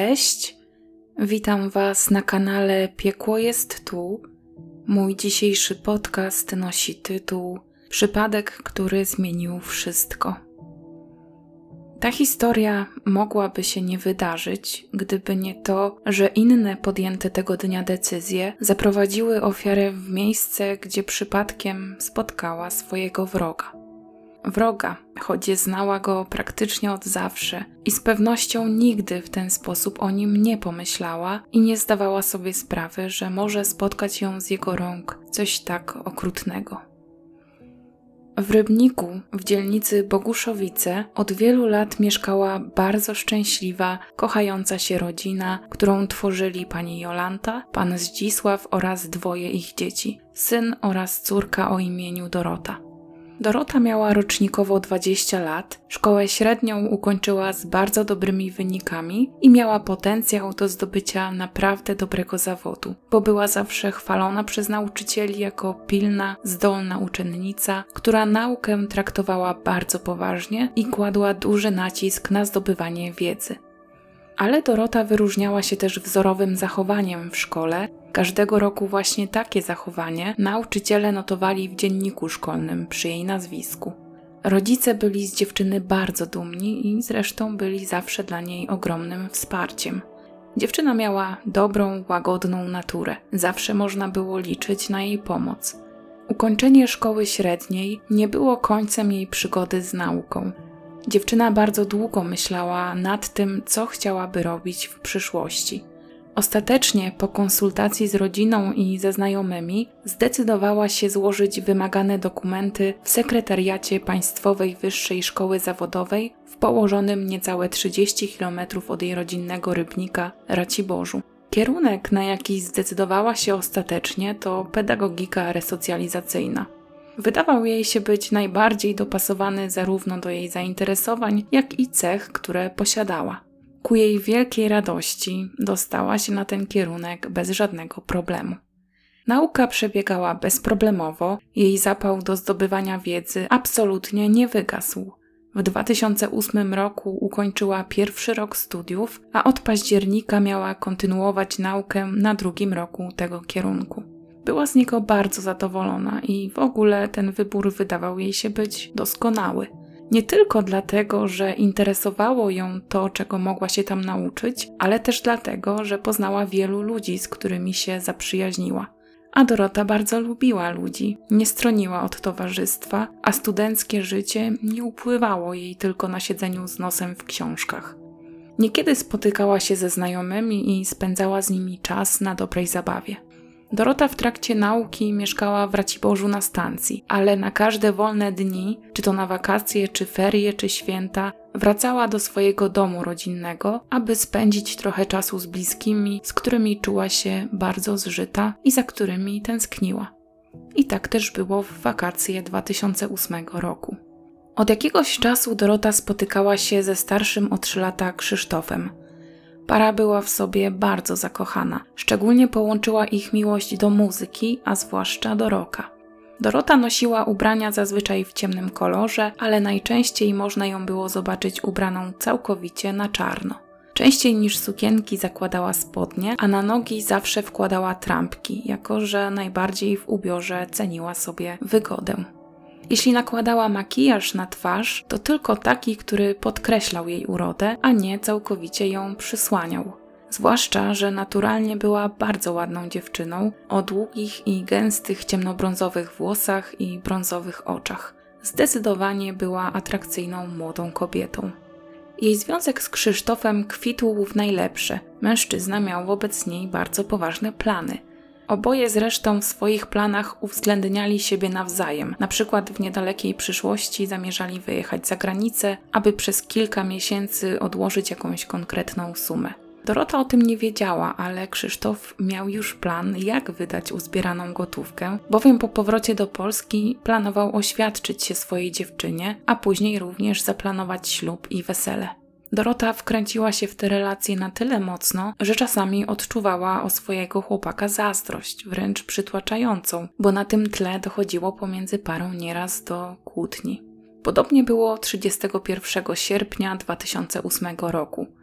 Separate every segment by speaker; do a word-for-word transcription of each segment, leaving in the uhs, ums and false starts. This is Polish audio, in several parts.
Speaker 1: Cześć, witam Was na kanale Piekło jest tu. Mój dzisiejszy podcast nosi tytuł Przypadek, który zmienił wszystko. Ta historia mogłaby się nie wydarzyć, gdyby nie to, że inne podjęte tego dnia decyzje zaprowadziły ofiarę w miejsce, gdzie przypadkiem spotkała swojego wroga. Wroga, choć znała go praktycznie od zawsze i z pewnością nigdy w ten sposób o nim nie pomyślała i nie zdawała sobie sprawy, że może spotkać ją z jego rąk coś tak okrutnego. W Rybniku, w dzielnicy Boguszowice, od wielu lat mieszkała bardzo szczęśliwa, kochająca się rodzina, którą tworzyli pani Jolanta, pan Zdzisław oraz dwoje ich dzieci, syn oraz córka o imieniu Dorota. Dorota miała rocznikowo dwadzieścia lat, szkołę średnią ukończyła z bardzo dobrymi wynikami i miała potencjał do zdobycia naprawdę dobrego zawodu, bo była zawsze chwalona przez nauczycieli jako pilna, zdolna uczennica, która naukę traktowała bardzo poważnie i kładła duży nacisk na zdobywanie wiedzy. Ale Dorota wyróżniała się też wzorowym zachowaniem w szkole. Każdego roku właśnie takie zachowanie nauczyciele notowali w dzienniku szkolnym przy jej nazwisku. Rodzice byli z dziewczyny bardzo dumni i zresztą byli zawsze dla niej ogromnym wsparciem. Dziewczyna miała dobrą, łagodną naturę. Zawsze można było liczyć na jej pomoc. Ukończenie szkoły średniej nie było końcem jej przygody z nauką. Dziewczyna bardzo długo myślała nad tym, co chciałaby robić w przyszłości. Ostatecznie, po konsultacji z rodziną i ze znajomymi, zdecydowała się złożyć wymagane dokumenty w sekretariacie Państwowej Wyższej Szkoły Zawodowej w położonym niecałe trzydzieści kilometrów od jej rodzinnego Rybnika, Raciborzu. Kierunek, na jaki zdecydowała się ostatecznie, to pedagogika resocjalizacyjna. Wydawał jej się być najbardziej dopasowany zarówno do jej zainteresowań, jak i cech, które posiadała. Ku jej wielkiej radości dostała się na ten kierunek bez żadnego problemu. Nauka przebiegała bezproblemowo, jej zapał do zdobywania wiedzy absolutnie nie wygasł. W dwa tysiące ósmym roku ukończyła pierwszy rok studiów, a od października miała kontynuować naukę na drugim roku tego kierunku. Była z niego bardzo zadowolona i w ogóle ten wybór wydawał jej się być doskonały. Nie tylko dlatego, że interesowało ją to, czego mogła się tam nauczyć, ale też dlatego, że poznała wielu ludzi, z którymi się zaprzyjaźniła. A Dorota bardzo lubiła ludzi, nie stroniła od towarzystwa, a studenckie życie nie upływało jej tylko na siedzeniu z nosem w książkach. Niekiedy spotykała się ze znajomymi i spędzała z nimi czas na dobrej zabawie. Dorota w trakcie nauki mieszkała w Raciborzu na stacji, ale na każde wolne dni, czy to na wakacje, czy ferie, czy święta, wracała do swojego domu rodzinnego, aby spędzić trochę czasu z bliskimi, z którymi czuła się bardzo zżyta i za którymi tęskniła. I tak też było w wakacje dwa tysiące ósmego roku. Od jakiegoś czasu Dorota spotykała się ze starszym o trzy lata Krzysztofem. Para była w sobie bardzo zakochana. Szczególnie połączyła ich miłość do muzyki, a zwłaszcza do rocka. Dorota nosiła ubrania zazwyczaj w ciemnym kolorze, ale najczęściej można ją było zobaczyć ubraną całkowicie na czarno. Częściej niż sukienki zakładała spodnie, a na nogi zawsze wkładała trampki, jako że najbardziej w ubiorze ceniła sobie wygodę. Jeśli nakładała makijaż na twarz, to tylko taki, który podkreślał jej urodę, a nie całkowicie ją przysłaniał. Zwłaszcza, że naturalnie była bardzo ładną dziewczyną, o długich i gęstych ciemnobrązowych włosach i brązowych oczach. Zdecydowanie była atrakcyjną młodą kobietą. Jej związek z Krzysztofem kwitł w najlepsze. Mężczyzna miał wobec niej bardzo poważne plany. Oboje zresztą w swoich planach uwzględniali siebie nawzajem. Na przykład w niedalekiej przyszłości zamierzali wyjechać za granicę, aby przez kilka miesięcy odłożyć jakąś konkretną sumę. Dorota o tym nie wiedziała, ale Krzysztof miał już plan, jak wydać uzbieraną gotówkę, bowiem po powrocie do Polski planował oświadczyć się swojej dziewczynie, a później również zaplanować ślub i wesele. Dorota wkręciła się w te relacje na tyle mocno, że czasami odczuwała o swojego chłopaka zazdrość, wręcz przytłaczającą, bo na tym tle dochodziło pomiędzy parą nieraz do kłótni. Podobnie było trzydziestego pierwszego sierpnia dwa tysiące ósmego roku.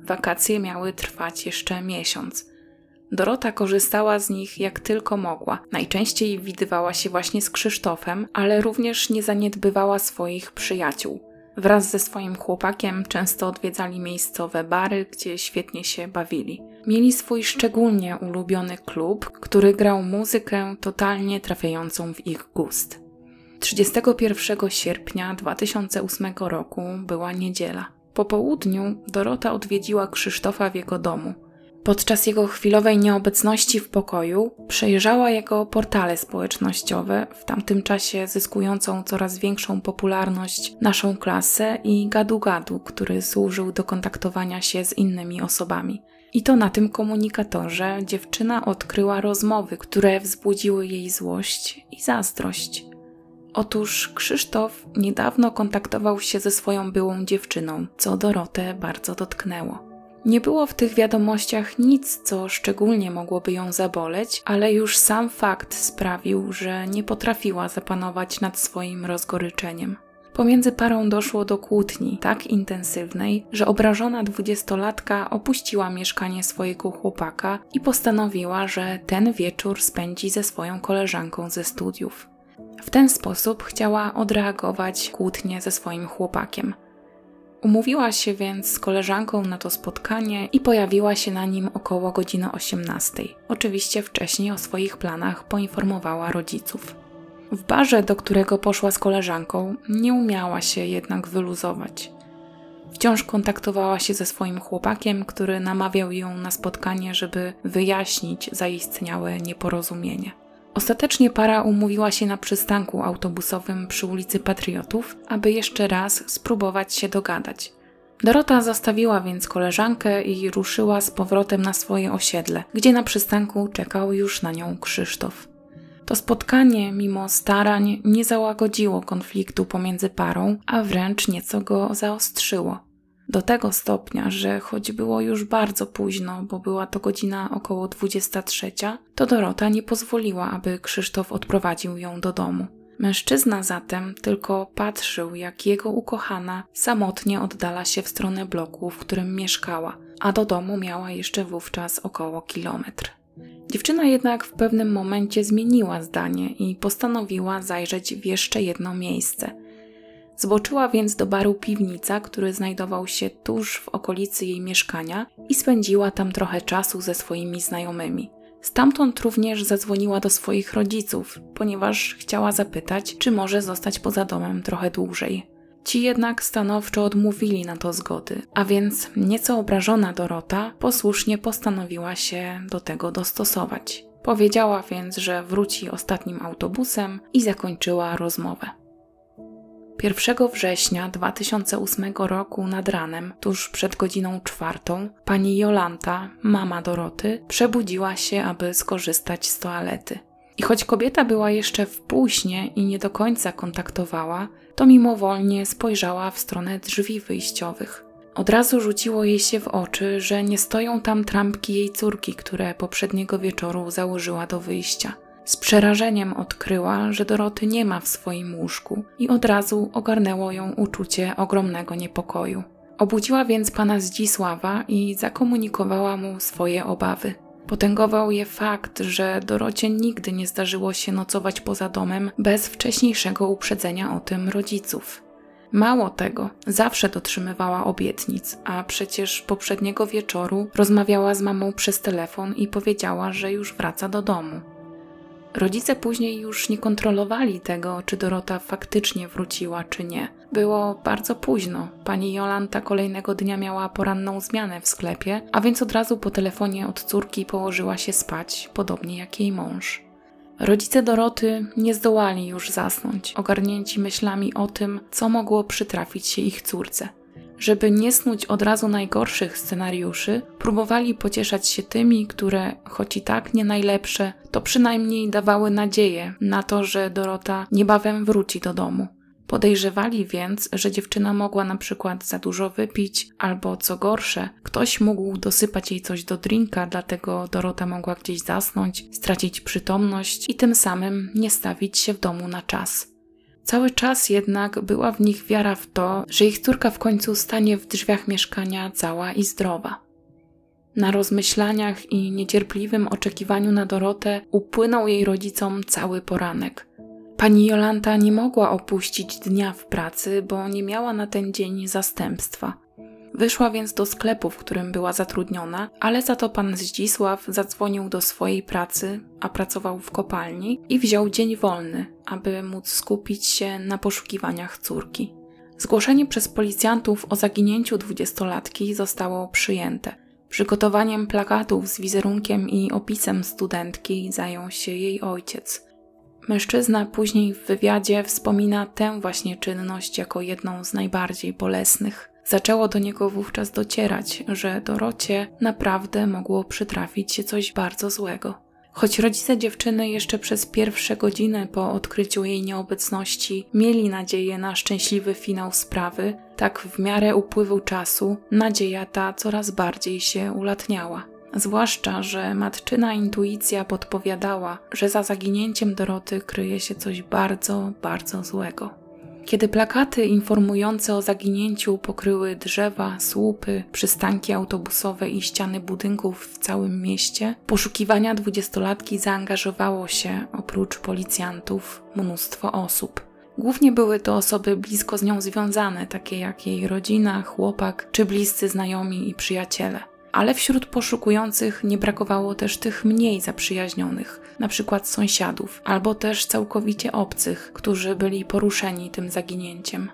Speaker 1: Wakacje miały trwać jeszcze miesiąc. Dorota korzystała z nich jak tylko mogła. Najczęściej widywała się właśnie z Krzysztofem, ale również nie zaniedbywała swoich przyjaciół. Wraz ze swoim chłopakiem często odwiedzali miejscowe bary, gdzie świetnie się bawili. Mieli swój szczególnie ulubiony klub, który grał muzykę totalnie trafiającą w ich gust. trzydziestego pierwszego sierpnia dwa tysiące ósmego roku była niedziela. Po południu Dorota odwiedziła Krzysztofa w jego domu. Podczas jego chwilowej nieobecności w pokoju przejrzała jego portale społecznościowe, w tamtym czasie zyskującą coraz większą popularność Naszą Klasę i Gadu Gadu, który służył do kontaktowania się z innymi osobami. I to na tym komunikatorze dziewczyna odkryła rozmowy, które wzbudziły jej złość i zazdrość. Otóż Krzysztof niedawno kontaktował się ze swoją byłą dziewczyną, co Dorotę bardzo dotknęło. Nie było w tych wiadomościach nic, co szczególnie mogłoby ją zaboleć, ale już sam fakt sprawił, że nie potrafiła zapanować nad swoim rozgoryczeniem. Pomiędzy parą doszło do kłótni tak intensywnej, że obrażona dwudziestolatka opuściła mieszkanie swojego chłopaka i postanowiła, że ten wieczór spędzi ze swoją koleżanką ze studiów. W ten sposób chciała odreagować kłótnię ze swoim chłopakiem. Umówiła się więc z koleżanką na to spotkanie i pojawiła się na nim około godziny osiemnastej. Oczywiście wcześniej o swoich planach poinformowała rodziców. W barze, do którego poszła z koleżanką, nie umiała się jednak wyluzować. Wciąż kontaktowała się ze swoim chłopakiem, który namawiał ją na spotkanie, żeby wyjaśnić zaistniałe nieporozumienie. Ostatecznie para umówiła się na przystanku autobusowym przy ulicy Patriotów, aby jeszcze raz spróbować się dogadać. Dorota zostawiła więc koleżankę i ruszyła z powrotem na swoje osiedle, gdzie na przystanku czekał już na nią Krzysztof. To spotkanie, mimo starań, nie załagodziło konfliktu pomiędzy parą, a wręcz nieco go zaostrzyło. Do tego stopnia, że choć było już bardzo późno, bo była to godzina około dwudziesta trzecia, to Dorota nie pozwoliła, aby Krzysztof odprowadził ją do domu. Mężczyzna zatem tylko patrzył, jak jego ukochana samotnie oddala się w stronę bloku, w którym mieszkała, a do domu miała jeszcze wówczas około kilometr. Dziewczyna jednak w pewnym momencie zmieniła zdanie i postanowiła zajrzeć w jeszcze jedno miejsce. Zboczyła więc do baru Piwnica, który znajdował się tuż w okolicy jej mieszkania i spędziła tam trochę czasu ze swoimi znajomymi. Stamtąd również zadzwoniła do swoich rodziców, ponieważ chciała zapytać, czy może zostać poza domem trochę dłużej. Ci jednak stanowczo odmówili na to zgody, a więc nieco obrażona Dorota posłusznie postanowiła się do tego dostosować. Powiedziała więc, że wróci ostatnim autobusem i zakończyła rozmowę. pierwszego września dwa tysiące ósmego roku nad ranem, tuż przed godziną czwartą, pani Jolanta, mama Doroty, przebudziła się, aby skorzystać z toalety. I choć kobieta była jeszcze w półśnie i nie do końca kontaktowała, to mimowolnie spojrzała w stronę drzwi wyjściowych. Od razu rzuciło jej się w oczy, że nie stoją tam trampki jej córki, które poprzedniego wieczoru założyła do wyjścia. Z przerażeniem odkryła, że Doroty nie ma w swoim łóżku i od razu ogarnęło ją uczucie ogromnego niepokoju. Obudziła więc pana Zdzisława i zakomunikowała mu swoje obawy. Potęgował je fakt, że Dorocie nigdy nie zdarzyło się nocować poza domem bez wcześniejszego uprzedzenia o tym rodziców. Mało tego, zawsze dotrzymywała obietnic, a przecież poprzedniego wieczoru rozmawiała z mamą przez telefon i powiedziała, że już wraca do domu. Rodzice później już nie kontrolowali tego, czy Dorota faktycznie wróciła, czy nie. Było bardzo późno. Pani Jolanta kolejnego dnia miała poranną zmianę w sklepie, a więc od razu po telefonie od córki położyła się spać, podobnie jak jej mąż. Rodzice Doroty nie zdołali już zasnąć, ogarnięci myślami o tym, co mogło przytrafić się ich córce. Żeby nie snuć od razu najgorszych scenariuszy, próbowali pocieszać się tymi, które, choć i tak nie najlepsze, to przynajmniej dawały nadzieję na to, że Dorota niebawem wróci do domu. Podejrzewali więc, że dziewczyna mogła na przykład za dużo wypić, albo co gorsze, ktoś mógł dosypać jej coś do drinka, dlatego Dorota mogła gdzieś zasnąć, stracić przytomność i tym samym nie stawić się w domu na czas. Cały czas jednak była w nich wiara w to, że ich córka w końcu stanie w drzwiach mieszkania cała i zdrowa. Na rozmyślaniach i niecierpliwym oczekiwaniu na Dorotę upłynął jej rodzicom cały poranek. Pani Jolanta nie mogła opuścić dnia w pracy, bo nie miała na ten dzień zastępstwa. Wyszła więc do sklepu, w którym była zatrudniona, ale za to pan Zdzisław zadzwonił do swojej pracy, a pracował w kopalni, i wziął dzień wolny, aby móc skupić się na poszukiwaniach córki. Zgłoszenie przez policjantów o zaginięciu dwudziestolatki zostało przyjęte. Przygotowaniem plakatów z wizerunkiem i opisem studentki zajął się jej ojciec. Mężczyzna później w wywiadzie wspomina tę właśnie czynność jako jedną z najbardziej bolesnych. Zaczęło do niego wówczas docierać, że Dorocie naprawdę mogło przytrafić się coś bardzo złego. Choć rodzice dziewczyny jeszcze przez pierwsze godziny po odkryciu jej nieobecności mieli nadzieję na szczęśliwy finał sprawy, tak w miarę upływu czasu nadzieja ta coraz bardziej się ulatniała. Zwłaszcza, że matczyna intuicja podpowiadała, że za zaginięciem Doroty kryje się coś bardzo, bardzo złego. Kiedy plakaty informujące o zaginięciu pokryły drzewa, słupy, przystanki autobusowe i ściany budynków w całym mieście, poszukiwania dwudziestolatki zaangażowało się, oprócz policjantów, mnóstwo osób. Głównie były to osoby blisko z nią związane, takie jak jej rodzina, chłopak czy bliscy znajomi i przyjaciele. Ale wśród poszukujących nie brakowało też tych mniej zaprzyjaźnionych, na przykład sąsiadów, albo też całkowicie obcych, którzy byli poruszeni tym zaginięciem.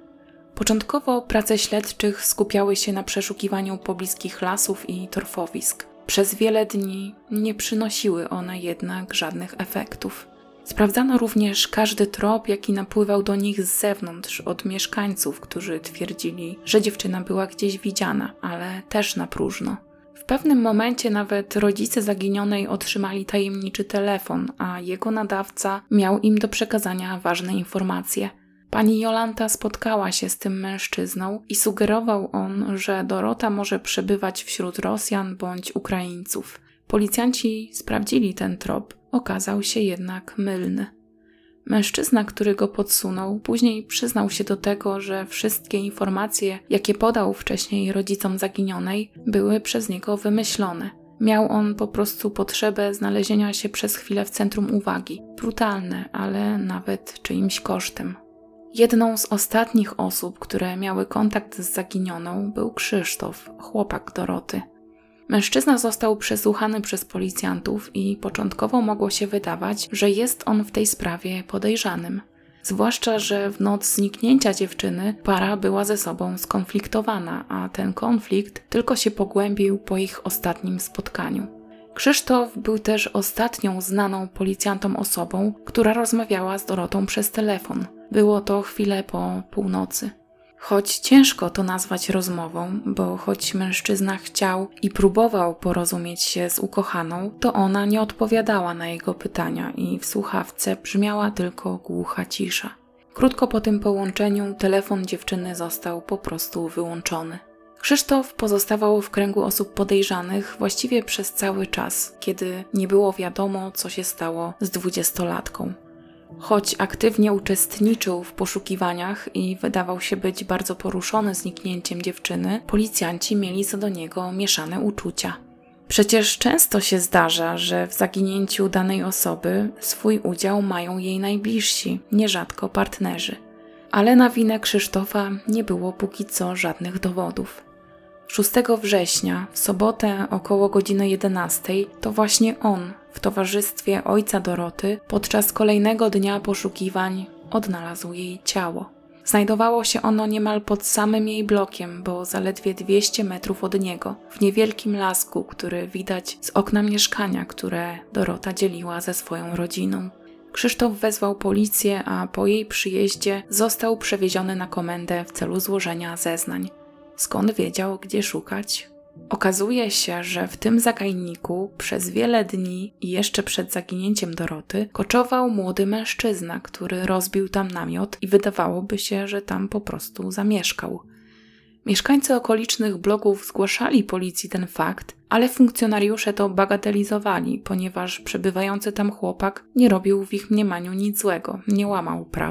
Speaker 1: Początkowo prace śledczych skupiały się na przeszukiwaniu pobliskich lasów i torfowisk. Przez wiele dni nie przynosiły one jednak żadnych efektów. Sprawdzano również każdy trop, jaki napływał do nich z zewnątrz od mieszkańców, którzy twierdzili, że dziewczyna była gdzieś widziana, ale też na próżno. W pewnym momencie nawet rodzice zaginionej otrzymali tajemniczy telefon, a jego nadawca miał im do przekazania ważne informacje. Pani Jolanta spotkała się z tym mężczyzną i sugerował on, że Dorota może przebywać wśród Rosjan bądź Ukraińców. Policjanci sprawdzili ten trop, okazał się jednak mylny. Mężczyzna, który go podsunął, później przyznał się do tego, że wszystkie informacje, jakie podał wcześniej rodzicom zaginionej, były przez niego wymyślone. Miał on po prostu potrzebę znalezienia się przez chwilę w centrum uwagi. Brutalne, ale nawet czyimś kosztem. Jedną z ostatnich osób, które miały kontakt z zaginioną, był Krzysztof, chłopak Doroty. Mężczyzna został przesłuchany przez policjantów i początkowo mogło się wydawać, że jest on w tej sprawie podejrzanym. Zwłaszcza, że w noc zniknięcia dziewczyny para była ze sobą skonfliktowana, a ten konflikt tylko się pogłębił po ich ostatnim spotkaniu. Krzysztof był też ostatnią znaną policjantom osobą, która rozmawiała z Dorotą przez telefon. Było to chwilę po północy. Choć ciężko to nazwać rozmową, bo choć mężczyzna chciał i próbował porozumieć się z ukochaną, to ona nie odpowiadała na jego pytania i w słuchawce brzmiała tylko głucha cisza. Krótko po tym połączeniu telefon dziewczyny został po prostu wyłączony. Krzysztof pozostawał w kręgu osób podejrzanych właściwie przez cały czas, kiedy nie było wiadomo, co się stało z dwudziestolatką. Choć aktywnie uczestniczył w poszukiwaniach i wydawał się być bardzo poruszony zniknięciem dziewczyny, policjanci mieli co do niego mieszane uczucia. Przecież często się zdarza, że w zaginięciu danej osoby swój udział mają jej najbliżsi, nierzadko partnerzy. Ale na winę Krzysztofa nie było póki co żadnych dowodów. szóstego września, w sobotę około godziny jedenastej, to właśnie on, w towarzystwie ojca Doroty, podczas kolejnego dnia poszukiwań odnalazł jej ciało. Znajdowało się ono niemal pod samym jej blokiem, bo zaledwie dwieście metrów od niego, w niewielkim lasku, który widać z okna mieszkania, które Dorota dzieliła ze swoją rodziną. Krzysztof wezwał policję, a po jej przyjeździe został przewieziony na komendę w celu złożenia zeznań. Skąd wiedział, gdzie szukać? Okazuje się, że w tym zagajniku przez wiele dni i jeszcze przed zaginięciem Doroty koczował młody mężczyzna, który rozbił tam namiot i wydawałoby się, że tam po prostu zamieszkał. Mieszkańcy okolicznych bloków zgłaszali policji ten fakt, ale funkcjonariusze to bagatelizowali, ponieważ przebywający tam chłopak nie robił w ich mniemaniu nic złego, nie łamał prawa.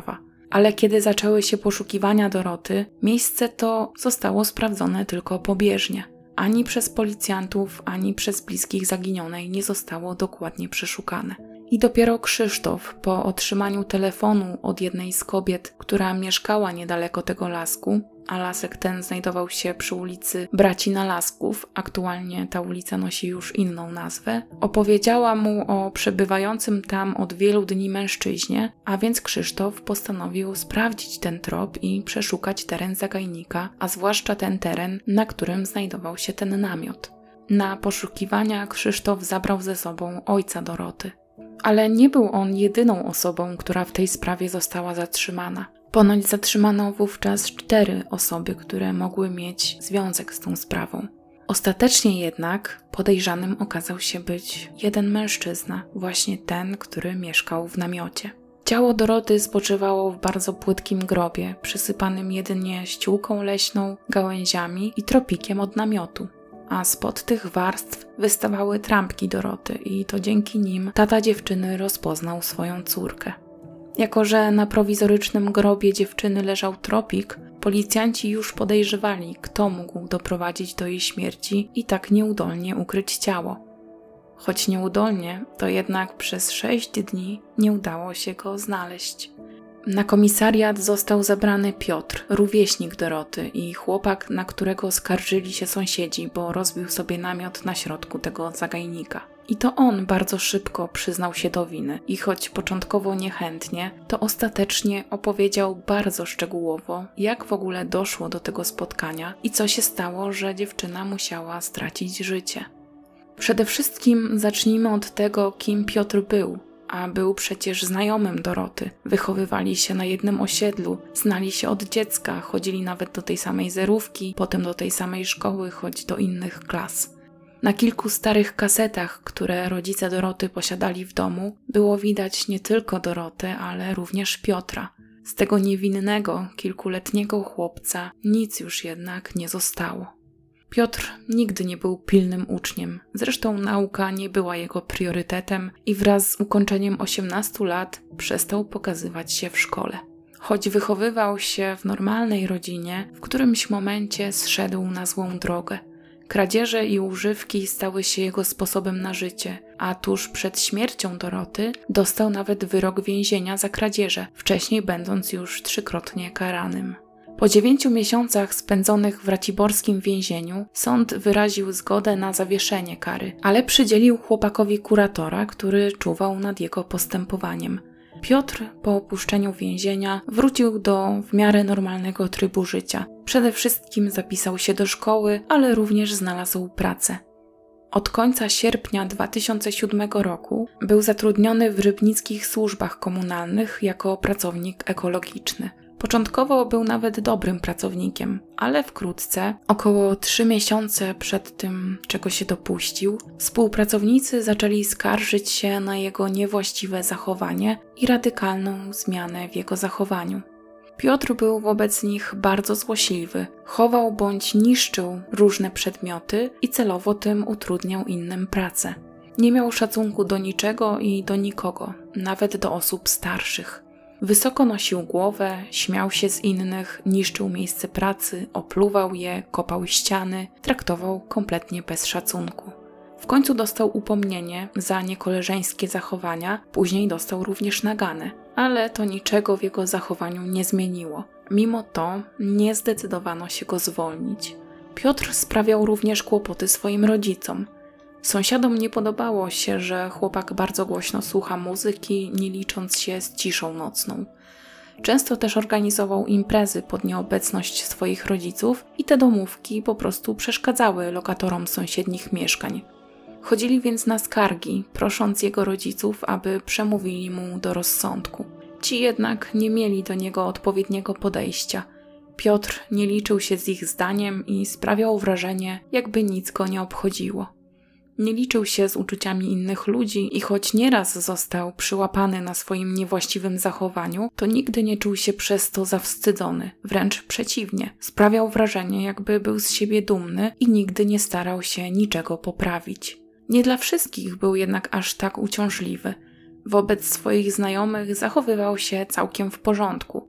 Speaker 1: Ale kiedy zaczęły się poszukiwania Doroty, miejsce to zostało sprawdzone tylko pobieżnie. Ani przez policjantów, ani przez bliskich zaginionej nie zostało dokładnie przeszukane. I dopiero Krzysztof, po otrzymaniu telefonu od jednej z kobiet, która mieszkała niedaleko tego lasku, a lasek ten znajdował się przy ulicy Braci Nalasków, aktualnie ta ulica nosi już inną nazwę, opowiedziała mu o przebywającym tam od wielu dni mężczyźnie, a więc Krzysztof postanowił sprawdzić ten trop i przeszukać teren zagajnika, a zwłaszcza ten teren, na którym znajdował się ten namiot. Na poszukiwania Krzysztof zabrał ze sobą ojca Doroty. Ale nie był on jedyną osobą, która w tej sprawie została zatrzymana. Ponoć zatrzymano wówczas cztery osoby, które mogły mieć związek z tą sprawą. Ostatecznie jednak podejrzanym okazał się być jeden mężczyzna, właśnie ten, który mieszkał w namiocie. Ciało Doroty spoczywało w bardzo płytkim grobie, przysypanym jedynie ściółką leśną, gałęziami i tropikiem od namiotu. A spod tych warstw wystawały trampki Doroty i to dzięki nim tata dziewczyny rozpoznał swoją córkę. Jako że na prowizorycznym grobie dziewczyny leżał tropik, policjanci już podejrzewali, kto mógł doprowadzić do jej śmierci i tak nieudolnie ukryć ciało. Choć nieudolnie, to jednak przez sześć dni nie udało się go znaleźć. Na komisariat został zabrany Piotr, rówieśnik Doroty i chłopak, na którego skarżyli się sąsiedzi, bo rozbił sobie namiot na środku tego zagajnika. I to on bardzo szybko przyznał się do winy i choć początkowo niechętnie, to ostatecznie opowiedział bardzo szczegółowo, jak w ogóle doszło do tego spotkania i co się stało, że dziewczyna musiała stracić życie. Przede wszystkim zacznijmy od tego, kim Piotr był. A był przecież znajomym Doroty. Wychowywali się na jednym osiedlu, znali się od dziecka, chodzili nawet do tej samej zerówki, potem do tej samej szkoły, choć do innych klas. Na kilku starych kasetach, które rodzice Doroty posiadali w domu, było widać nie tylko Dorotę, ale również Piotra. Z tego niewinnego, kilkuletniego chłopca nic już jednak nie zostało. Piotr nigdy nie był pilnym uczniem, zresztą nauka nie była jego priorytetem i wraz z ukończeniem osiemnastu lat przestał pokazywać się w szkole. Choć wychowywał się w normalnej rodzinie, w którymś momencie zszedł na złą drogę. Kradzieże i używki stały się jego sposobem na życie, a tuż przed śmiercią Doroty dostał nawet wyrok więzienia za kradzieże, wcześniej będąc już trzykrotnie karanym. Po dziewięciu miesiącach spędzonych w raciborskim więzieniu sąd wyraził zgodę na zawieszenie kary, ale przydzielił chłopakowi kuratora, który czuwał nad jego postępowaniem. Piotr po opuszczeniu więzienia wrócił do w miarę normalnego trybu życia. Przede wszystkim zapisał się do szkoły, ale również znalazł pracę. Od końca sierpnia dwa tysiące siódmego roku był zatrudniony w rybnickich służbach komunalnych jako pracownik ekologiczny. Początkowo był nawet dobrym pracownikiem, ale wkrótce, około trzy miesiące przed tym, czego się dopuścił, współpracownicy zaczęli skarżyć się na jego niewłaściwe zachowanie i radykalną zmianę w jego zachowaniu. Piotr był wobec nich bardzo złośliwy, chował bądź niszczył różne przedmioty i celowo tym utrudniał innym pracę. Nie miał szacunku do niczego i do nikogo, nawet do osób starszych. Wysoko nosił głowę, śmiał się z innych, niszczył miejsce pracy, opluwał je, kopał ściany, traktował kompletnie bez szacunku. W końcu dostał upomnienie za niekoleżeńskie zachowania, później dostał również naganę, ale to niczego w jego zachowaniu nie zmieniło. Mimo to nie zdecydowano się go zwolnić. Piotr sprawiał również kłopoty swoim rodzicom. Sąsiadom nie podobało się, że chłopak bardzo głośno słucha muzyki, nie licząc się z ciszą nocną. Często też organizował imprezy pod nieobecność swoich rodziców i te domówki po prostu przeszkadzały lokatorom sąsiednich mieszkań. Chodzili więc na skargi, prosząc jego rodziców, aby przemówili mu do rozsądku. Ci jednak nie mieli do niego odpowiedniego podejścia. Piotr nie liczył się z ich zdaniem i sprawiał wrażenie, jakby nic go nie obchodziło. Nie liczył się z uczuciami innych ludzi i choć nieraz został przyłapany na swoim niewłaściwym zachowaniu, to nigdy nie czuł się przez to zawstydzony. Wręcz przeciwnie, sprawiał wrażenie, jakby był z siebie dumny i nigdy nie starał się niczego poprawić. Nie dla wszystkich był jednak aż tak uciążliwy. Wobec swoich znajomych zachowywał się całkiem w porządku.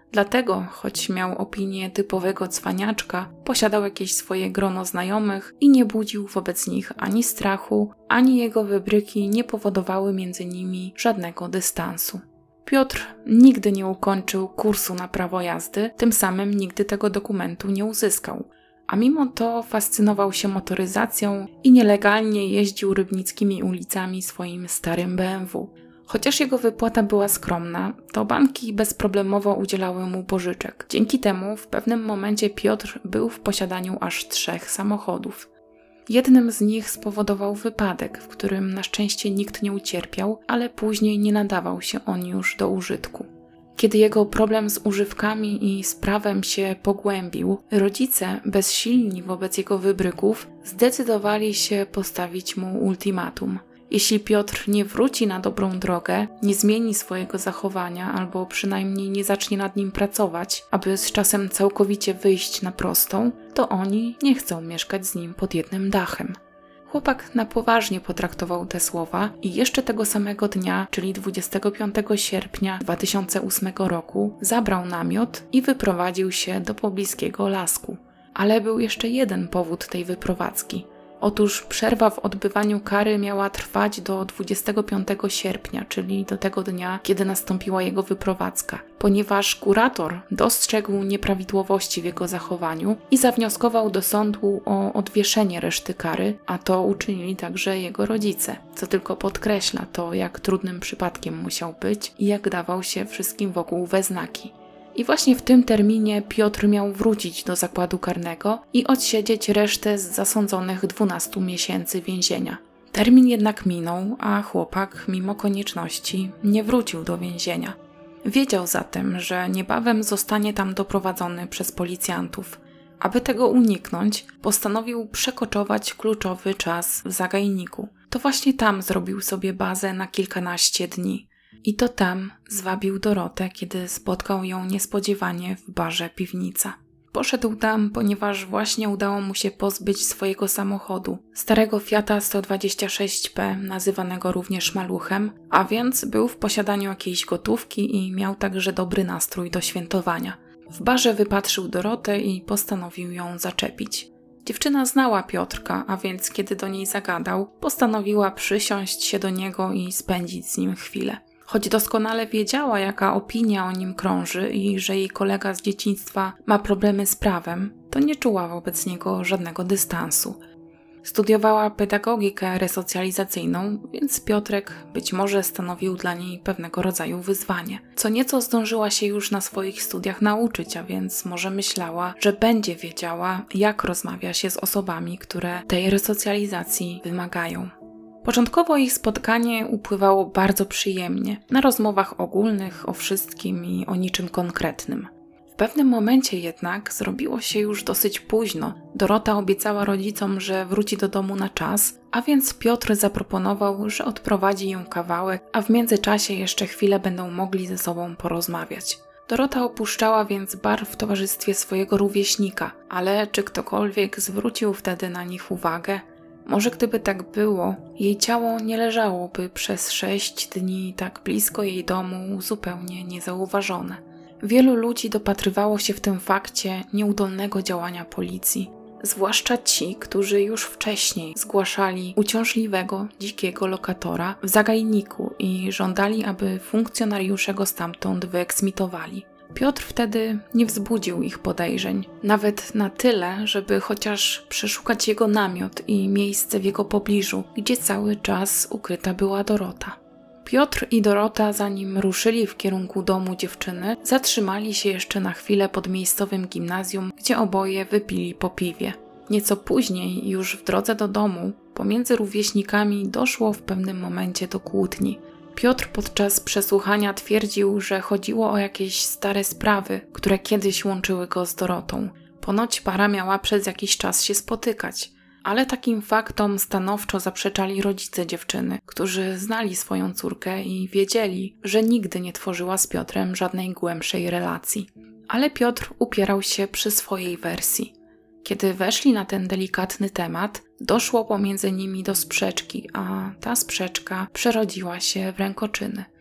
Speaker 1: Dlatego, choć miał opinię typowego cwaniaczka, posiadał jakieś swoje grono znajomych i nie budził wobec nich ani strachu, ani jego wybryki nie powodowały między nimi żadnego dystansu. Piotr nigdy nie ukończył kursu na prawo jazdy, tym samym nigdy tego dokumentu nie uzyskał. A mimo to fascynował się motoryzacją i nielegalnie jeździł rybnickimi ulicami swoim starym B M W. Chociaż jego wypłata była skromna, to banki bezproblemowo udzielały mu pożyczek. Dzięki temu w pewnym momencie Piotr był w posiadaniu aż trzech samochodów. Jednym z nich spowodował wypadek, w którym na szczęście nikt nie ucierpiał, ale później nie nadawał się on już do użytku. Kiedy jego problem z używkami i z prawem się pogłębił, rodzice, bezsilni wobec jego wybryków, zdecydowali się postawić mu ultimatum. Jeśli Piotr nie wróci na dobrą drogę, nie zmieni swojego zachowania albo przynajmniej nie zacznie nad nim pracować, aby z czasem całkowicie wyjść na prostą, to oni nie chcą mieszkać z nim pod jednym dachem. Chłopak na poważnie potraktował te słowa i jeszcze tego samego dnia, czyli dwudziestego piątego sierpnia dwa tysiące ósmego roku, zabrał namiot i wyprowadził się do pobliskiego lasku. Ale był jeszcze jeden powód tej wyprowadzki. Otóż przerwa w odbywaniu kary miała trwać do dwudziestego piątego sierpnia, czyli do tego dnia, kiedy nastąpiła jego wyprowadzka, ponieważ kurator dostrzegł nieprawidłowości w jego zachowaniu i zawnioskował do sądu o odwieszenie reszty kary, a to uczynili także jego rodzice, co tylko podkreśla to, jak trudnym przypadkiem musiał być i jak dawał się wszystkim wokół we znaki. I właśnie w tym terminie Piotr miał wrócić do zakładu karnego i odsiedzieć resztę z zasądzonych dwunastu miesięcy więzienia. Termin jednak minął, a chłopak, mimo konieczności, nie wrócił do więzienia. Wiedział zatem, że niebawem zostanie tam doprowadzony przez policjantów. Aby tego uniknąć, postanowił przekoczować kluczowy czas w zagajniku. To właśnie tam zrobił sobie bazę na kilkanaście dni. I to tam zwabił Dorotę, kiedy spotkał ją niespodziewanie w barze Piwnica. Poszedł tam, ponieważ właśnie udało mu się pozbyć swojego samochodu, starego Fiata sto dwadzieścia sześć P, nazywanego również Maluchem, a więc był w posiadaniu jakiejś gotówki i miał także dobry nastrój do świętowania. W barze wypatrzył Dorotę i postanowił ją zaczepić. Dziewczyna znała Piotrka, a więc kiedy do niej zagadał, postanowiła przysiąść się do niego i spędzić z nim chwilę. Choć doskonale wiedziała, jaka opinia o nim krąży i że jej kolega z dzieciństwa ma problemy z prawem, to nie czuła wobec niego żadnego dystansu. Studiowała pedagogikę resocjalizacyjną, więc Piotrek być może stanowił dla niej pewnego rodzaju wyzwanie. Co nieco zdążyła się już na swoich studiach nauczyć, a więc może myślała, że będzie wiedziała, jak rozmawia się z osobami, które tej resocjalizacji wymagają. Początkowo ich spotkanie upływało bardzo przyjemnie, na rozmowach ogólnych o wszystkim i o niczym konkretnym. W pewnym momencie jednak zrobiło się już dosyć późno. Dorota obiecała rodzicom, że wróci do domu na czas, a więc Piotr zaproponował, że odprowadzi ją kawałek, a w międzyczasie jeszcze chwilę będą mogli ze sobą porozmawiać. Dorota opuszczała więc bar w towarzystwie swojego rówieśnika, ale czy ktokolwiek zwrócił wtedy na nich uwagę? Może gdyby tak było, jej ciało nie leżałoby przez sześć dni tak blisko jej domu zupełnie niezauważone. Wielu ludzi dopatrywało się w tym fakcie nieudolnego działania policji, zwłaszcza ci, którzy już wcześniej zgłaszali uciążliwego, dzikiego lokatora w zagajniku i żądali, aby funkcjonariusze go stamtąd wyeksmitowali. Piotr wtedy nie wzbudził ich podejrzeń, nawet na tyle, żeby chociaż przeszukać jego namiot i miejsce w jego pobliżu, gdzie cały czas ukryta była Dorota. Piotr i Dorota, zanim ruszyli w kierunku domu dziewczyny, zatrzymali się jeszcze na chwilę pod miejscowym gimnazjum, gdzie oboje wypili po piwie. Nieco później, już w drodze do domu, pomiędzy rówieśnikami doszło w pewnym momencie do kłótni. Piotr podczas przesłuchania twierdził, że chodziło o jakieś stare sprawy, które kiedyś łączyły go z Dorotą. Ponoć para miała przez jakiś czas się spotykać, ale takim faktom stanowczo zaprzeczali rodzice dziewczyny, którzy znali swoją córkę i wiedzieli, że nigdy nie tworzyła z Piotrem żadnej głębszej relacji. Ale Piotr upierał się przy swojej wersji. Kiedy weszli na ten delikatny temat, doszło pomiędzy nimi do sprzeczki, a ta sprzeczka przerodziła się w rękoczyny.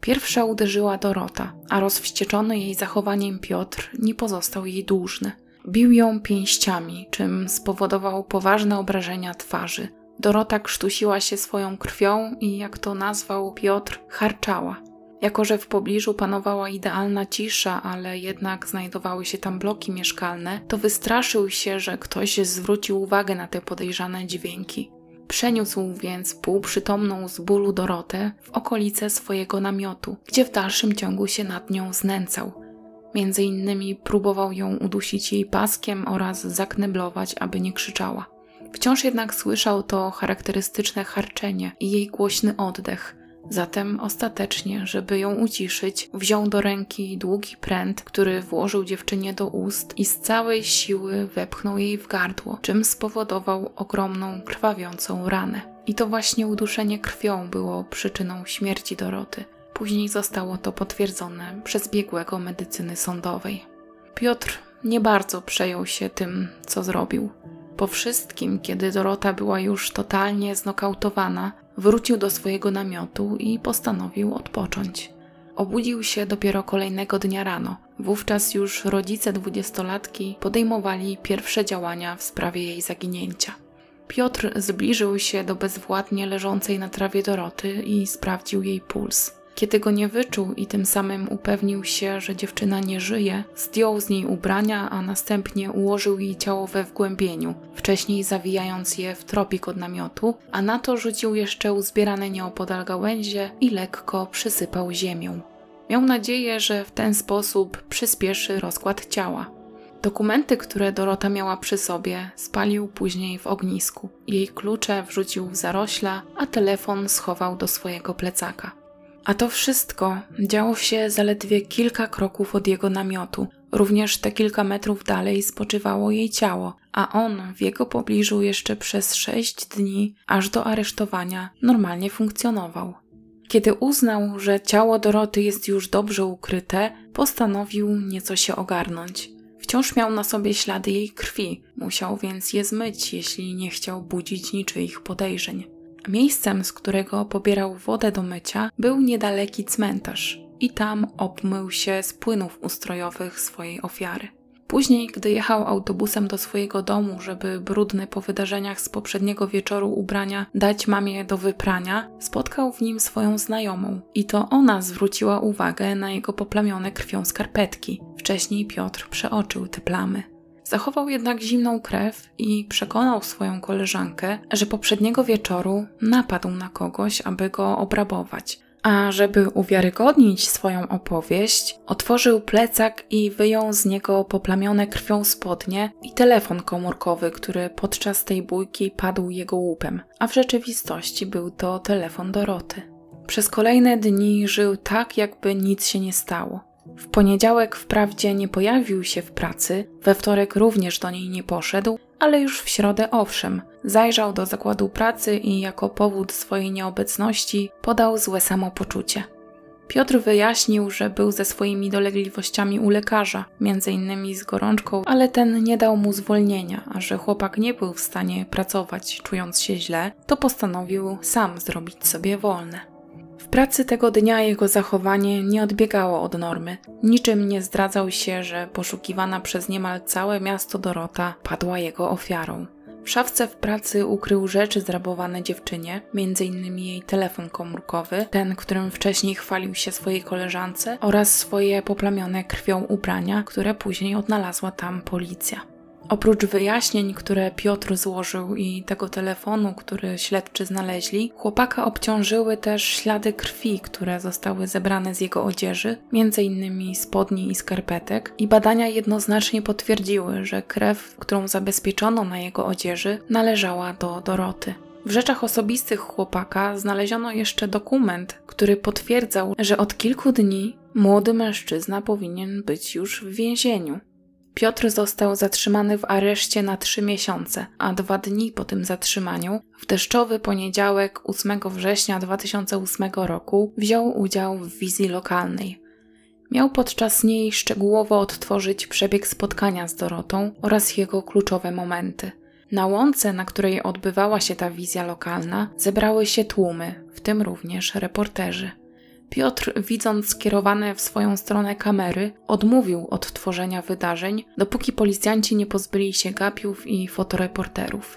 Speaker 1: Pierwsza uderzyła Dorota, a rozwścieczony jej zachowaniem Piotr nie pozostał jej dłużny. Bił ją pięściami, czym spowodował poważne obrażenia twarzy. Dorota krztusiła się swoją krwią i, jak to nazwał Piotr, harczała. Jako że w pobliżu panowała idealna cisza, ale jednak znajdowały się tam bloki mieszkalne, to wystraszył się, że ktoś zwrócił uwagę na te podejrzane dźwięki. Przeniósł więc półprzytomną z bólu Dorotę w okolice swojego namiotu, gdzie w dalszym ciągu się nad nią znęcał. Między innymi próbował ją udusić jej paskiem oraz zakneblować, aby nie krzyczała. Wciąż jednak słyszał to charakterystyczne harczenie i jej głośny oddech. Zatem ostatecznie, żeby ją uciszyć, wziął do ręki długi pręt, który włożył dziewczynie do ust i z całej siły wepchnął jej w gardło, czym spowodował ogromną, krwawiącą ranę. I to właśnie uduszenie krwią było przyczyną śmierci Doroty. Później zostało to potwierdzone przez biegłego medycyny sądowej. Piotr nie bardzo przejął się tym, co zrobił. Po wszystkim, kiedy Dorota była już totalnie znokautowana, wrócił do swojego namiotu i postanowił odpocząć. Obudził się dopiero kolejnego dnia rano. Wówczas już rodzice dwudziestolatki podejmowali pierwsze działania w sprawie jej zaginięcia. Piotr zbliżył się do bezwładnie leżącej na trawie Doroty i sprawdził jej puls. Kiedy go nie wyczuł i tym samym upewnił się, że dziewczyna nie żyje, zdjął z niej ubrania, a następnie ułożył jej ciało we wgłębieniu, wcześniej zawijając je w tropik od namiotu, a na to rzucił jeszcze uzbierane nieopodal gałęzie i lekko przysypał ziemią. Miał nadzieję, że w ten sposób przyspieszy rozkład ciała. Dokumenty, które Dorota miała przy sobie, spalił później w ognisku. Jej klucze wrzucił w zarośla, a telefon schował do swojego plecaka. A to wszystko działo się zaledwie kilka kroków od jego namiotu. Również te kilka metrów dalej spoczywało jej ciało, a on w jego pobliżu jeszcze przez sześć dni, aż do aresztowania, normalnie funkcjonował. Kiedy uznał, że ciało Doroty jest już dobrze ukryte, postanowił nieco się ogarnąć. Wciąż miał na sobie ślady jej krwi, musiał więc je zmyć, jeśli nie chciał budzić niczyich podejrzeń. Miejscem, z którego pobierał wodę do mycia, był niedaleki cmentarz i tam obmył się z płynów ustrojowych swojej ofiary. Później, gdy jechał autobusem do swojego domu, żeby brudne po wydarzeniach z poprzedniego wieczoru ubrania dać mamie do wyprania, spotkał w nim swoją znajomą i to ona zwróciła uwagę na jego poplamione krwią skarpetki. Wcześniej Piotr przeoczył te plamy. Zachował jednak zimną krew i przekonał swoją koleżankę, że poprzedniego wieczoru napadł na kogoś, aby go obrabować. A żeby uwiarygodnić swoją opowieść, otworzył plecak i wyjął z niego poplamione krwią spodnie i telefon komórkowy, który podczas tej bójki padł jego łupem, a w rzeczywistości był to telefon Doroty. Przez kolejne dni żył tak, jakby nic się nie stało. W poniedziałek wprawdzie nie pojawił się w pracy, we wtorek również do niej nie poszedł, ale już w środę owszem, zajrzał do zakładu pracy i jako powód swojej nieobecności podał złe samopoczucie. Piotr wyjaśnił, że był ze swoimi dolegliwościami u lekarza, między innymi z gorączką, ale ten nie dał mu zwolnienia, a że chłopak nie był w stanie pracować, czując się źle, to postanowił sam zrobić sobie wolne. W pracy tego dnia jego zachowanie nie odbiegało od normy. Niczym nie zdradzał się, że poszukiwana przez niemal całe miasto Dorota padła jego ofiarą. W szafce w pracy ukrył rzeczy zrabowane dziewczynie, między innymi jej telefon komórkowy, ten, którym wcześniej chwalił się swojej koleżance, oraz swoje poplamione krwią ubrania, które później odnalazła tam policja. Oprócz wyjaśnień, które Piotr złożył i tego telefonu, który śledczy znaleźli, chłopaka obciążyły też ślady krwi, które zostały zebrane z jego odzieży, między innymi spodni i skarpetek, i badania jednoznacznie potwierdziły, że krew, którą zabezpieczono na jego odzieży, należała do Doroty. W rzeczach osobistych chłopaka znaleziono jeszcze dokument, który potwierdzał, że od kilku dni młody mężczyzna powinien być już w więzieniu. Piotr został zatrzymany w areszcie na trzy miesiące, a dwa dni po tym zatrzymaniu, w deszczowy poniedziałek ósmego września dwa tysiące ósmego roku, wziął udział w wizji lokalnej. Miał podczas niej szczegółowo odtworzyć przebieg spotkania z Dorotą oraz jego kluczowe momenty. Na łące, na której odbywała się ta wizja lokalna, zebrały się tłumy, w tym również reporterzy. Piotr, widząc skierowane w swoją stronę kamery, odmówił odtworzenia wydarzeń, dopóki policjanci nie pozbyli się gapiów i fotoreporterów.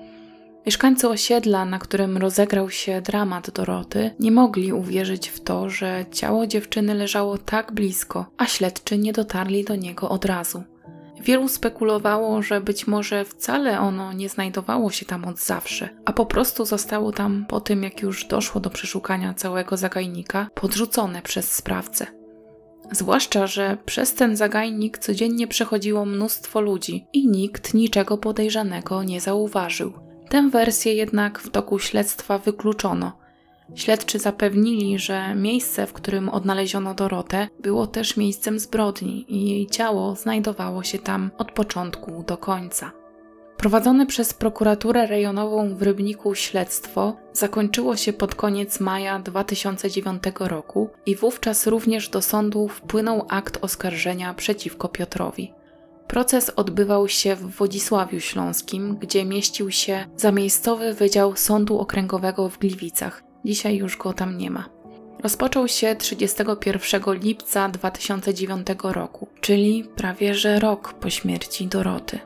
Speaker 1: Mieszkańcy osiedla, na którym rozegrał się dramat Doroty, nie mogli uwierzyć w to, że ciało dziewczyny leżało tak blisko, a śledczy nie dotarli do niego od razu. Wielu spekulowało, że być może wcale ono nie znajdowało się tam od zawsze, a po prostu zostało tam po tym, jak już doszło do przeszukania całego zagajnika, podrzucone przez sprawcę. Zwłaszcza, że przez ten zagajnik codziennie przechodziło mnóstwo ludzi i nikt niczego podejrzanego nie zauważył. Tę wersję jednak w toku śledztwa wykluczono. Śledczy zapewnili, że miejsce, w którym odnaleziono Dorotę, było też miejscem zbrodni i jej ciało znajdowało się tam od początku do końca. Prowadzone przez prokuraturę rejonową w Rybniku śledztwo zakończyło się pod koniec maja dwa tysiące dziewiątego roku i wówczas również do sądu wpłynął akt oskarżenia przeciwko Piotrowi. Proces odbywał się w Wodzisławiu Śląskim, gdzie mieścił się zamiejscowy Wydział Sądu Okręgowego w Gliwicach. Dzisiaj już go tam nie ma. Rozpoczął się trzydziestego pierwszego lipca dwa tysiące dziewiątego roku, czyli prawie że rok po śmierci Doroty.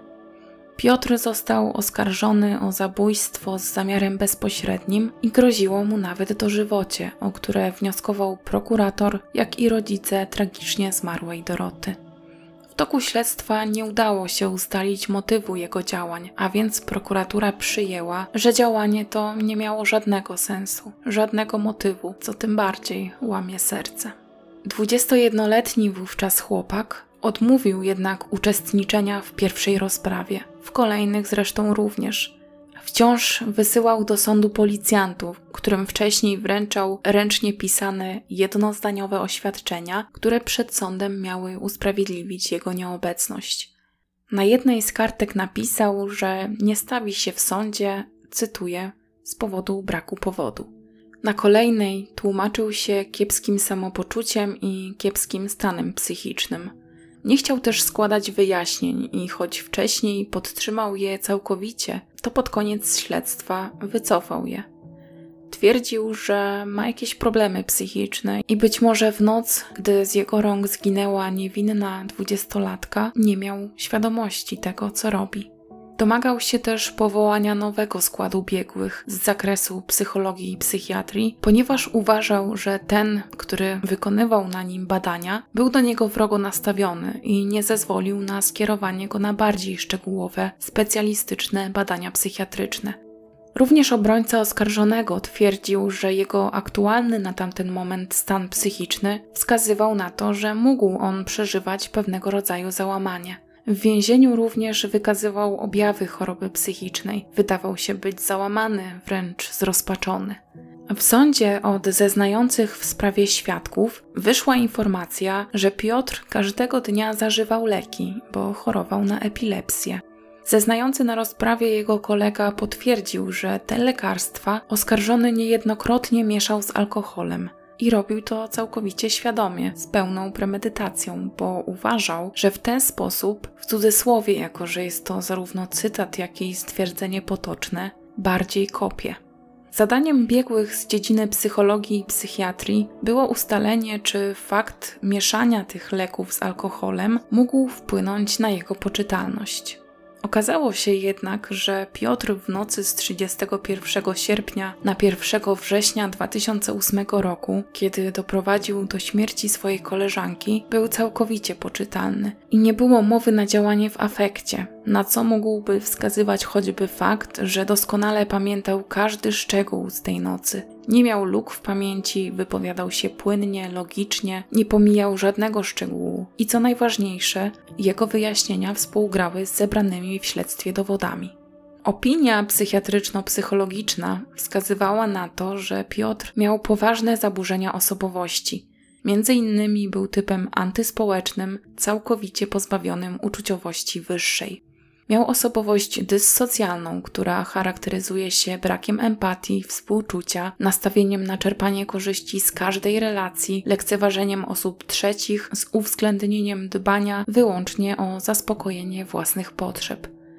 Speaker 1: Piotr został oskarżony o zabójstwo z zamiarem bezpośrednim i groziło mu nawet dożywocie, o które wnioskował prokurator, jak i rodzice tragicznie zmarłej Doroty. W toku śledztwa nie udało się ustalić motywu jego działań, a więc prokuratura przyjęła, że działanie to nie miało żadnego sensu, żadnego motywu, co tym bardziej łamie serce. dwudziestojednoletni wówczas chłopak odmówił jednak uczestniczenia w pierwszej rozprawie, w kolejnych zresztą również. Wciąż wysyłał do sądu policjantów, którym wcześniej wręczał ręcznie pisane jednozdaniowe oświadczenia, które przed sądem miały usprawiedliwić jego nieobecność. Na jednej z kartek napisał, że nie stawi się w sądzie, cytuję, z powodu braku powodu. Na kolejnej tłumaczył się kiepskim samopoczuciem i kiepskim stanem psychicznym. Nie chciał też składać wyjaśnień i choć wcześniej podtrzymał je całkowicie, to pod koniec śledztwa wycofał je. Twierdził, że ma jakieś problemy psychiczne i być może w noc, gdy z jego rąk zginęła niewinna dwudziestolatka, nie miał świadomości tego, co robi. Domagał się też powołania nowego składu biegłych z zakresu psychologii i psychiatrii, ponieważ uważał, że ten, który wykonywał na nim badania, był do niego wrogo nastawiony i nie zezwolił na skierowanie go na bardziej szczegółowe, specjalistyczne badania psychiatryczne. Również obrońca oskarżonego twierdził, że jego aktualny na tamten moment stan psychiczny wskazywał na to, że mógł on przeżywać pewnego rodzaju załamanie. W więzieniu również wykazywał objawy choroby psychicznej. Wydawał się być załamany, wręcz zrozpaczony. W sądzie od zeznających w sprawie świadków wyszła informacja, że Piotr każdego dnia zażywał leki, bo chorował na epilepsję. Zeznający na rozprawie jego kolega potwierdził, że te lekarstwa oskarżony niejednokrotnie mieszał z alkoholem. I robił to całkowicie świadomie, z pełną premedytacją, bo uważał, że w ten sposób, w cudzysłowie, jako że jest to zarówno cytat, jak i stwierdzenie potoczne, bardziej kopie. Zadaniem biegłych z dziedziny psychologii i psychiatrii było ustalenie, czy fakt mieszania tych leków z alkoholem mógł wpłynąć na jego poczytalność. Okazało się jednak, że Piotr w nocy z trzydziestego pierwszego sierpnia na pierwszego września dwa tysiące ósmego roku, kiedy doprowadził do śmierci swojej koleżanki, był całkowicie poczytalny i nie było mowy na działanie w afekcie, na co mógłby wskazywać choćby fakt, że doskonale pamiętał każdy szczegół z tej nocy. Nie miał luk w pamięci, wypowiadał się płynnie, logicznie, nie pomijał żadnego szczegółu i co najważniejsze, jego wyjaśnienia współgrały z zebranymi w śledztwie dowodami. Opinia psychiatryczno-psychologiczna wskazywała na to, że Piotr miał poważne zaburzenia osobowości. Między innymi był typem antyspołecznym, całkowicie pozbawionym uczuciowości wyższej. Miał osobowość dyssocjalną, która charakteryzuje się brakiem empatii, współczucia, nastawieniem na czerpanie korzyści z każdej relacji, lekceważeniem osób trzecich z uwzględnieniem dbania wyłącznie o zaspokojenie własnych potrzeb.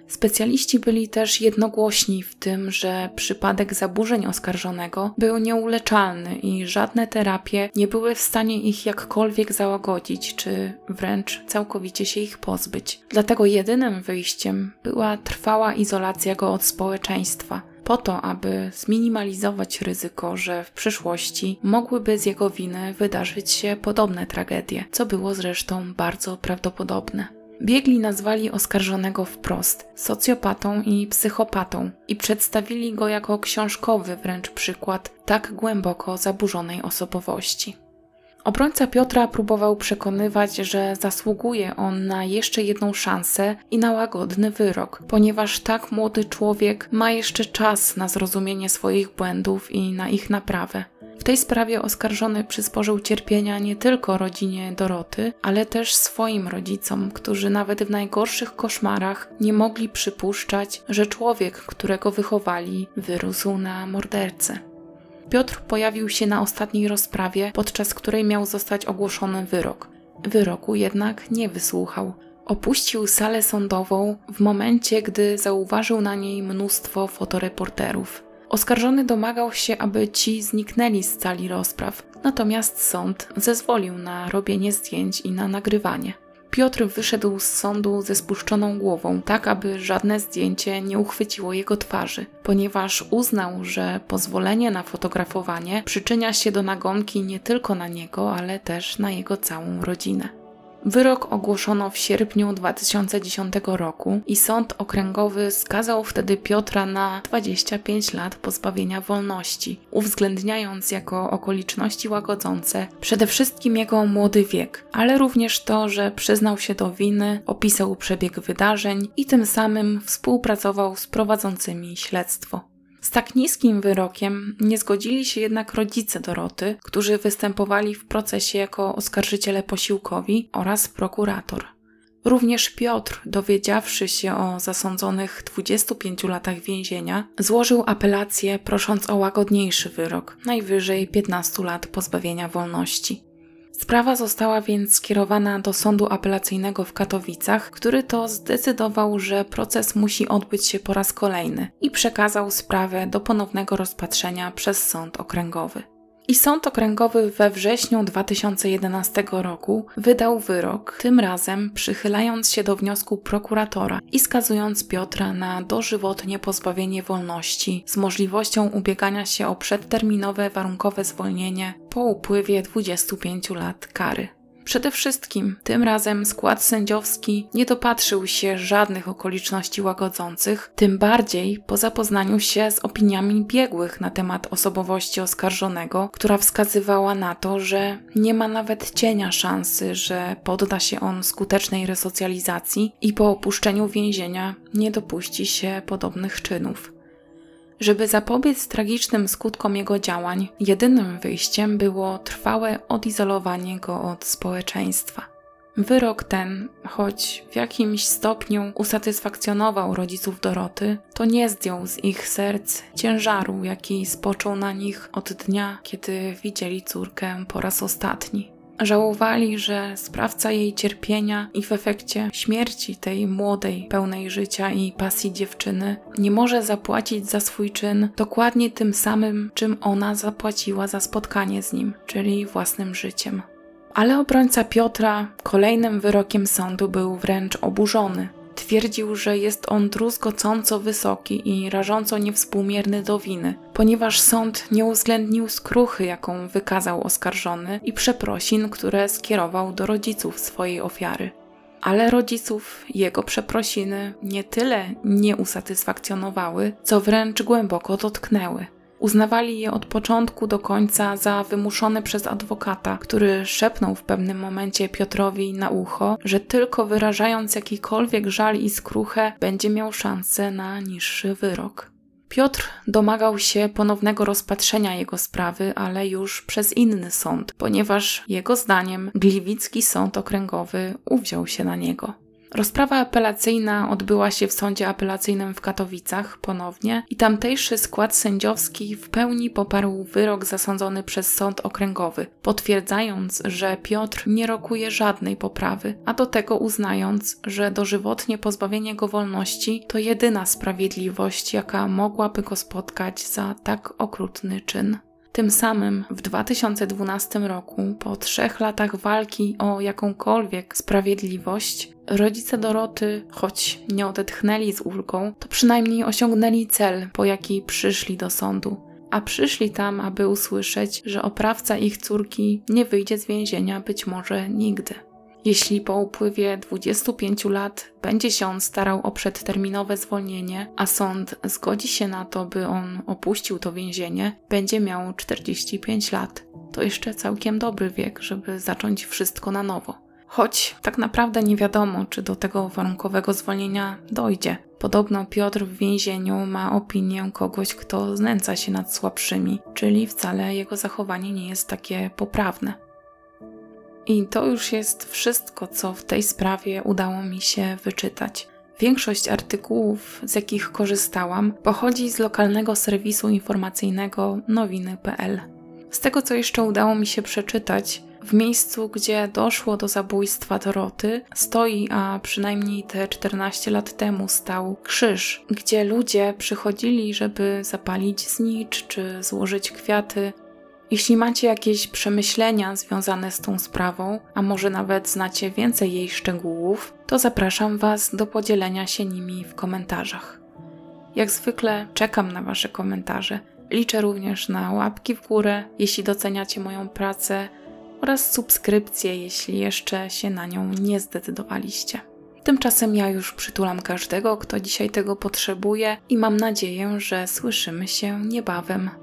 Speaker 1: Specjaliści byli też jednogłośni w tym, że przypadek zaburzeń oskarżonego był nieuleczalny i żadne terapie nie były w stanie ich jakkolwiek załagodzić, czy wręcz całkowicie się ich pozbyć. Dlatego jedynym wyjściem była trwała izolacja go od społeczeństwa, po to, aby zminimalizować ryzyko, że w przyszłości mogłyby z jego winy wydarzyć się podobne tragedie, co było zresztą bardzo prawdopodobne. Biegli nazwali oskarżonego wprost socjopatą i psychopatą i przedstawili go jako książkowy wręcz przykład tak głęboko zaburzonej osobowości. Obrońca Piotra próbował przekonywać, że zasługuje on na jeszcze jedną szansę i na łagodny wyrok, ponieważ tak młody człowiek ma jeszcze czas na zrozumienie swoich błędów i na ich naprawę. W tej sprawie oskarżony przysporzył cierpienia nie tylko rodzinie Doroty, ale też swoim rodzicom, którzy nawet w najgorszych koszmarach nie mogli przypuszczać, że człowiek, którego wychowali, wyrósł na mordercę. Piotr pojawił się na ostatniej rozprawie, podczas której miał zostać ogłoszony wyrok. Wyroku jednak nie wysłuchał. Opuścił salę sądową w momencie, gdy zauważył na niej mnóstwo fotoreporterów. Oskarżony domagał się, aby ci zniknęli z sali rozpraw, natomiast sąd zezwolił na robienie zdjęć i na nagrywanie. Piotr wyszedł z sądu ze spuszczoną głową, tak aby żadne zdjęcie nie uchwyciło jego twarzy, ponieważ uznał, że pozwolenie na fotografowanie przyczynia się do nagonki nie tylko na niego, ale też na jego całą rodzinę. Wyrok ogłoszono w sierpniu dwa tysiące dziesiątego roku i sąd okręgowy skazał wtedy Piotra na dwadzieścia pięć lat pozbawienia wolności, uwzględniając jako okoliczności łagodzące przede wszystkim jego młody wiek, ale również to, że przyznał się do winy, opisał przebieg wydarzeń i tym samym współpracował z prowadzącymi śledztwo. Z tak niskim wyrokiem nie zgodzili się jednak rodzice Doroty, którzy występowali w procesie jako oskarżyciele posiłkowi oraz prokurator. Również Piotr, dowiedziawszy się o zasądzonych dwudziestu pięciu latach więzienia, złożył apelację, prosząc o łagodniejszy wyrok, najwyżej piętnastu lat pozbawienia wolności. Sprawa została więc skierowana do sądu apelacyjnego w Katowicach, który to zdecydował, że proces musi odbyć się po raz kolejny i przekazał sprawę do ponownego rozpatrzenia przez sąd okręgowy. I sąd okręgowy we wrześniu dwa tysiące jedenastego roku wydał wyrok, tym razem przychylając się do wniosku prokuratora i skazując Piotra na dożywotnie pozbawienie wolności z możliwością ubiegania się o przedterminowe warunkowe zwolnienie po upływie dwudziestu pięciu lat kary. Przede wszystkim tym razem skład sędziowski nie dopatrzył się żadnych okoliczności łagodzących, tym bardziej po zapoznaniu się z opiniami biegłych na temat osobowości oskarżonego, która wskazywała na to, że nie ma nawet cienia szansy, że podda się on skutecznej resocjalizacji i po opuszczeniu więzienia nie dopuści się podobnych czynów. Żeby zapobiec tragicznym skutkom jego działań, jedynym wyjściem było trwałe odizolowanie go od społeczeństwa. Wyrok ten, choć w jakimś stopniu usatysfakcjonował rodziców Doroty, to nie zdjął z ich serc ciężaru, jaki spoczął na nich od dnia, kiedy widzieli córkę po raz ostatni. Żałowali, że sprawca jej cierpienia i w efekcie śmierci tej młodej, pełnej życia i pasji dziewczyny nie może zapłacić za swój czyn dokładnie tym samym, czym ona zapłaciła za spotkanie z nim, czyli własnym życiem. Ale obrońca Piotra kolejnym wyrokiem sądu był wręcz oburzony. Twierdził, że jest on druzgocąco wysoki i rażąco niewspółmierny do winy, ponieważ sąd nie uwzględnił skruchy, jaką wykazał oskarżony i przeprosin, które skierował do rodziców swojej ofiary. Ale rodziców jego przeprosiny nie tyle nie usatysfakcjonowały, co wręcz głęboko dotknęły. Uznawali je od początku do końca za wymuszone przez adwokata, który szepnął w pewnym momencie Piotrowi na ucho, że tylko wyrażając jakikolwiek żal i skruchę będzie miał szansę na niższy wyrok. Piotr domagał się ponownego rozpatrzenia jego sprawy, ale już przez inny sąd, ponieważ jego zdaniem Gliwicki Sąd Okręgowy uwziął się na niego. Rozprawa apelacyjna odbyła się w Sądzie Apelacyjnym w Katowicach ponownie i tamtejszy skład sędziowski w pełni poparł wyrok zasądzony przez Sąd Okręgowy, potwierdzając, że Piotr nie rokuje żadnej poprawy, a do tego uznając, że dożywotnie pozbawienie go wolności to jedyna sprawiedliwość, jaka mogłaby go spotkać za tak okrutny czyn. Tym samym w dwa tysiące dwunastym roku, po trzech latach walki o jakąkolwiek sprawiedliwość, rodzice Doroty, choć nie odetchnęli z ulgą, to przynajmniej osiągnęli cel, po jaki przyszli do sądu. A przyszli tam, aby usłyszeć, że oprawca ich córki nie wyjdzie z więzienia być może nigdy. Jeśli po upływie dwudziestu pięciu lat będzie się on starał o przedterminowe zwolnienie, a sąd zgodzi się na to, by on opuścił to więzienie, będzie miał czterdzieści pięć lat. To jeszcze całkiem dobry wiek, żeby zacząć wszystko na nowo. Choć tak naprawdę nie wiadomo, czy do tego warunkowego zwolnienia dojdzie. Podobno Piotr w więzieniu ma opinię kogoś, kto znęca się nad słabszymi, czyli wcale jego zachowanie nie jest takie poprawne. I to już jest wszystko, co w tej sprawie udało mi się wyczytać. Większość artykułów, z jakich korzystałam, pochodzi z lokalnego serwisu informacyjnego nowiny kropka pe el. Z tego, co jeszcze udało mi się przeczytać, w miejscu, gdzie doszło do zabójstwa Doroty, stoi, a przynajmniej te czternaście lat temu stał krzyż, gdzie ludzie przychodzili, żeby zapalić znicz czy złożyć kwiaty. Jeśli macie jakieś przemyślenia związane z tą sprawą, a może nawet znacie więcej jej szczegółów, to zapraszam Was do podzielenia się nimi w komentarzach. Jak zwykle czekam na Wasze komentarze. Liczę również na łapki w górę, jeśli doceniacie moją pracę, oraz subskrypcję, jeśli jeszcze się na nią nie zdecydowaliście. Tymczasem ja już przytulam każdego, kto dzisiaj tego potrzebuje i mam nadzieję, że słyszymy się niebawem.